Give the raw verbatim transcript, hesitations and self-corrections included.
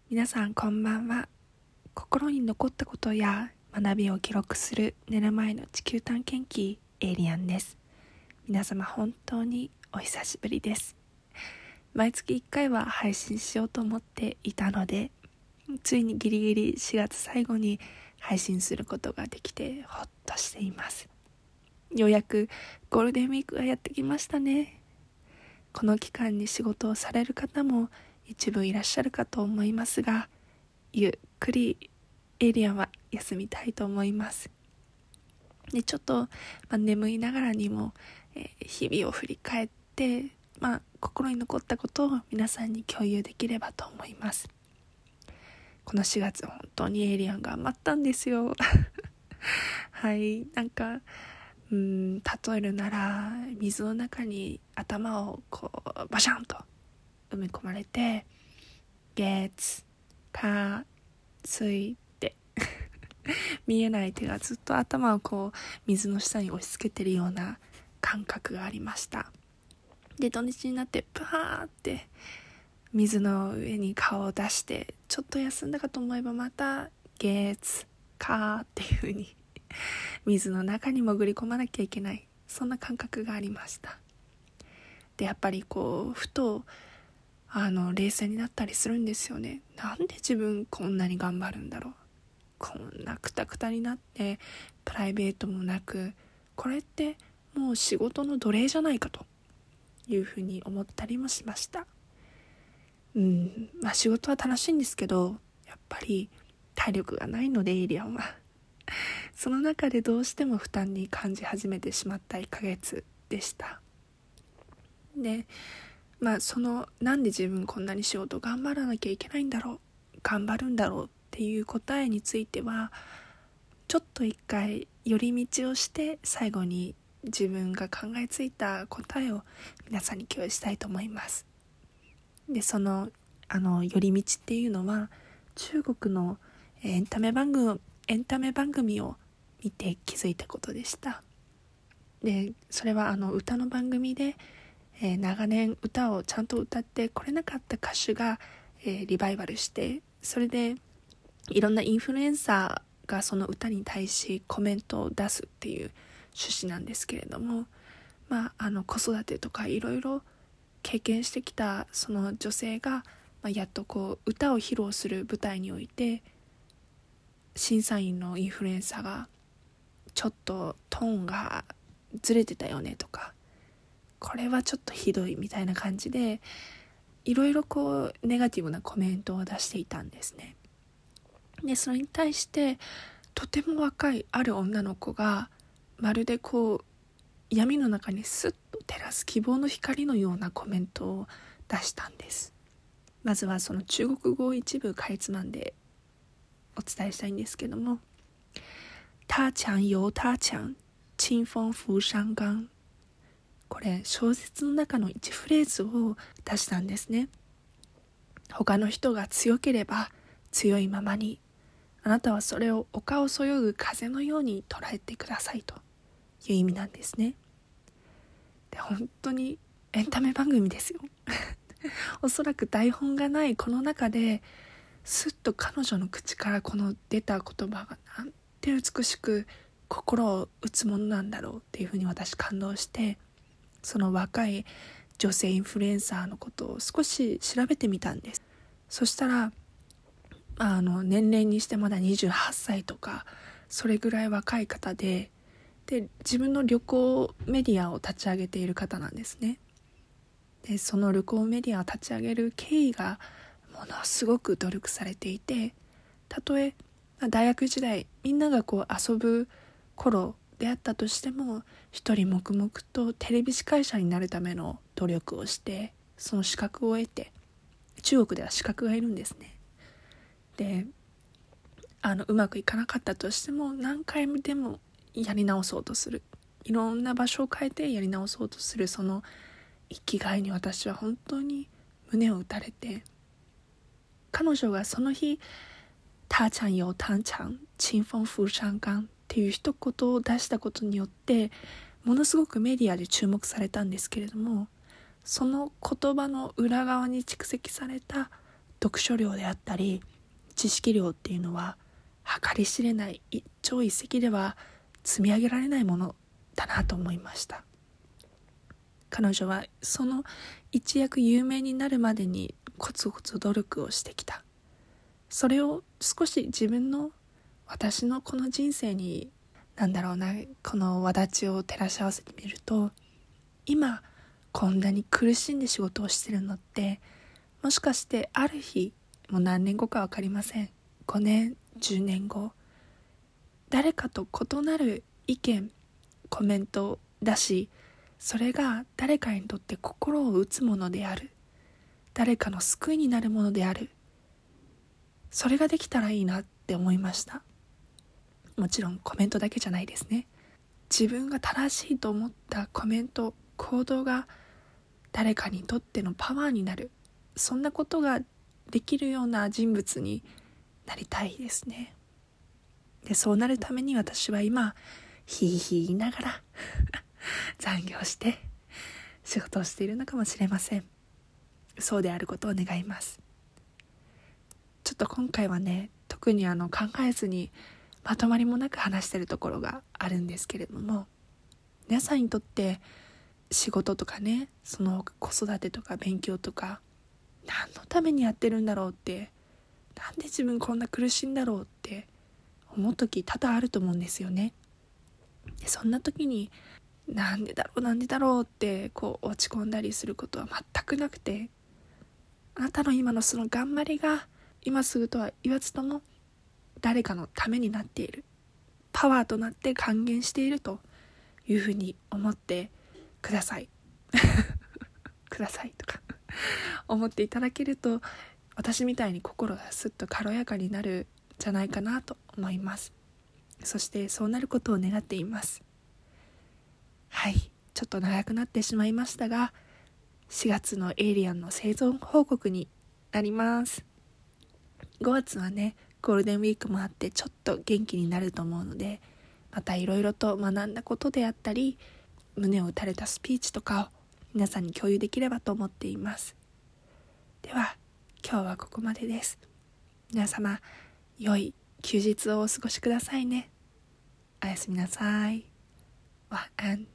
皆さんこんばんは。心に残ったことや学びを記録する寝る前の地球探検機エイリアンです。皆様本当にお久しぶりです。毎月いっかいは配信しようと思っていたので、ついにギリギリしがつ最後に配信することができてほっとしています。ようやくゴールデンウィークがやってきましたね。この期間に仕事をされる方も一部いらっしゃるかと思いますが、ゆっくりエイリアンは休みたいと思います。でちょっと、まあ、眠いながらにも、えー、日々を振り返って、まあ、心に残ったことを皆さんに共有できればと思います。このしがつ本当にエイリアン頑張ったんですよはいなんかうーん例えるなら水の中に頭をこうバシャンと埋め込まれて月火水って見えない手がずっと頭をこう水の下に押し付けてるような感覚がありました。で土日になってプハーって水の上に顔を出してちょっと休んだかと思えばまた月火っていう風に水の中に潜り込まなきゃいけない、そんな感覚がありました。でやっぱりこうふとあの冷静になったりするんですよね。なんで自分こんなに頑張るんだろう、こんなクタクタになってプライベートもなく、これってもう仕事の奴隷じゃないかというふうに思ったりもしました。うんまあ仕事は楽しいんですけど、やっぱり体力がないのでエイリアンはその中でどうしても負担に感じ始めてしまったいっかげつでした。でまあそのなんで自分こんなに仕事頑張らなきゃいけないんだろう、頑張るんだろうっていう答えについてはちょっと一回寄り道をして最後に自分が考えついた答えを皆さんに共有したいと思います。でそのあの寄り道っていうのは中国のエンタメ番組エンタメ番組を見て気づいたことでした。でそれはあの歌の番組で、えー、長年歌をちゃんと歌ってこれなかった歌手が、えー、リバイバルして、それでいろんなインフルエンサーがその歌に対しコメントを出すっていう趣旨なんですけれども、まあ、あの子育てとかいろいろ経験してきたその女性が、まあ、やっとこう歌を披露する舞台において審査員のインフルエンサーがちょっとトーンがずれてたよねとか、これはちょっとひどいみたいな感じでいろいろこうネガティブなコメントを出していたんですね。でそれに対してとても若いある女の子がまるでこう闇の中にスッと照らす希望の光のようなコメントを出したんです。まずはその中国語を一部かいつまんでお伝えしたいんですけども、他强由他強清風拂山岗、これ小説の中の一フレーズを出したんですね。他の人が強ければ強いままに、あなたはそれを丘をそよぐ風のように捉えてくださいという意味なんですね。で本当にエンタメ番組ですよおそらく台本がないこの中ですっと彼女の口からこの出た言葉がなんて美しく心を打つものなんだろうっていうふうに私感動して、その若い女性インフルエンサーのことを少し調べてみたんです。そしたらあの年齢にしてまだにじゅうはっさいとかそれぐらい若い方で、で自分の旅行メディアを立ち上げている方なんですね。でその旅行メディアを立ち上げる経緯がものすごく努力されていて、たとえ大学時代みんながこう遊ぶ頃であったとしても一人黙々とテレビ司会者になるための努力をしてその資格を得て、中国では資格がいるんですね。であのうまくいかなかったとしても何回でもやり直そうとする、いろんな場所を変えてやり直そうとするその生きがいに私は本当に胸を打たれて、彼女がその日他强由他強清風拂山岗っていう一言を出したことによってものすごくメディアで注目されたんですけれども、その言葉の裏側に蓄積された読書量であったり知識量っていうのは計り知れない一朝一夕では積み上げられないものだなと思いました。彼女はその一躍有名になるまでにコツコツ努力をしてきた。それを少し自分の私のこの人生になんだろうなこの轍を照らし合わせてみると、今こんなに苦しんで仕事をしてるのってもしかしてある日もう何年後か分かりません。ごねんじゅうねんご誰かと異なる意見コメントを出し、それが誰かにとって心を打つものである、誰かの救いになるものである、それができたらいいなって思いました。もちろんコメントだけじゃないですね。自分が正しいと思ったコメント行動が誰かにとってのパワーになる、そんなことができるような人物になりたいですね。でそうなるために私は今ヒーヒー言いながら残業して仕事をしているのかもしれません。そうであることを願います。ちょっと今回はね特にあの考えずにまとまりもなく話しているところがあるんですけれども、皆さんにとって仕事とかねその子育てとか勉強とか何のためにやってるんだろうって、なんで自分こんな苦しいんだろうって思う時多々あると思うんですよね。でそんな時になんでだろうなんでだろうってこう落ち込んだりすることは全くなくて、あなたの今のその頑張りが今すぐとは言わずとも誰かのためになっている、パワーとなって還元しているというふうに思ってくださいくださいとか思っていただけると、私みたいに心がすっと軽やかになるんじゃないかなと思います。そしてそうなることを願っています。はい、ちょっと長くなってしまいましたが、しがつのエイリアンの生存報告になります。ごがつはねゴールデンウィークもあってちょっと元気になると思うので、またいろいろと学んだことであったり胸を打たれたスピーチとかを皆さんに共有できればと思っています。では今日はここまでです。皆様良い休日をお過ごしくださいね。おやすみなさい。晚安。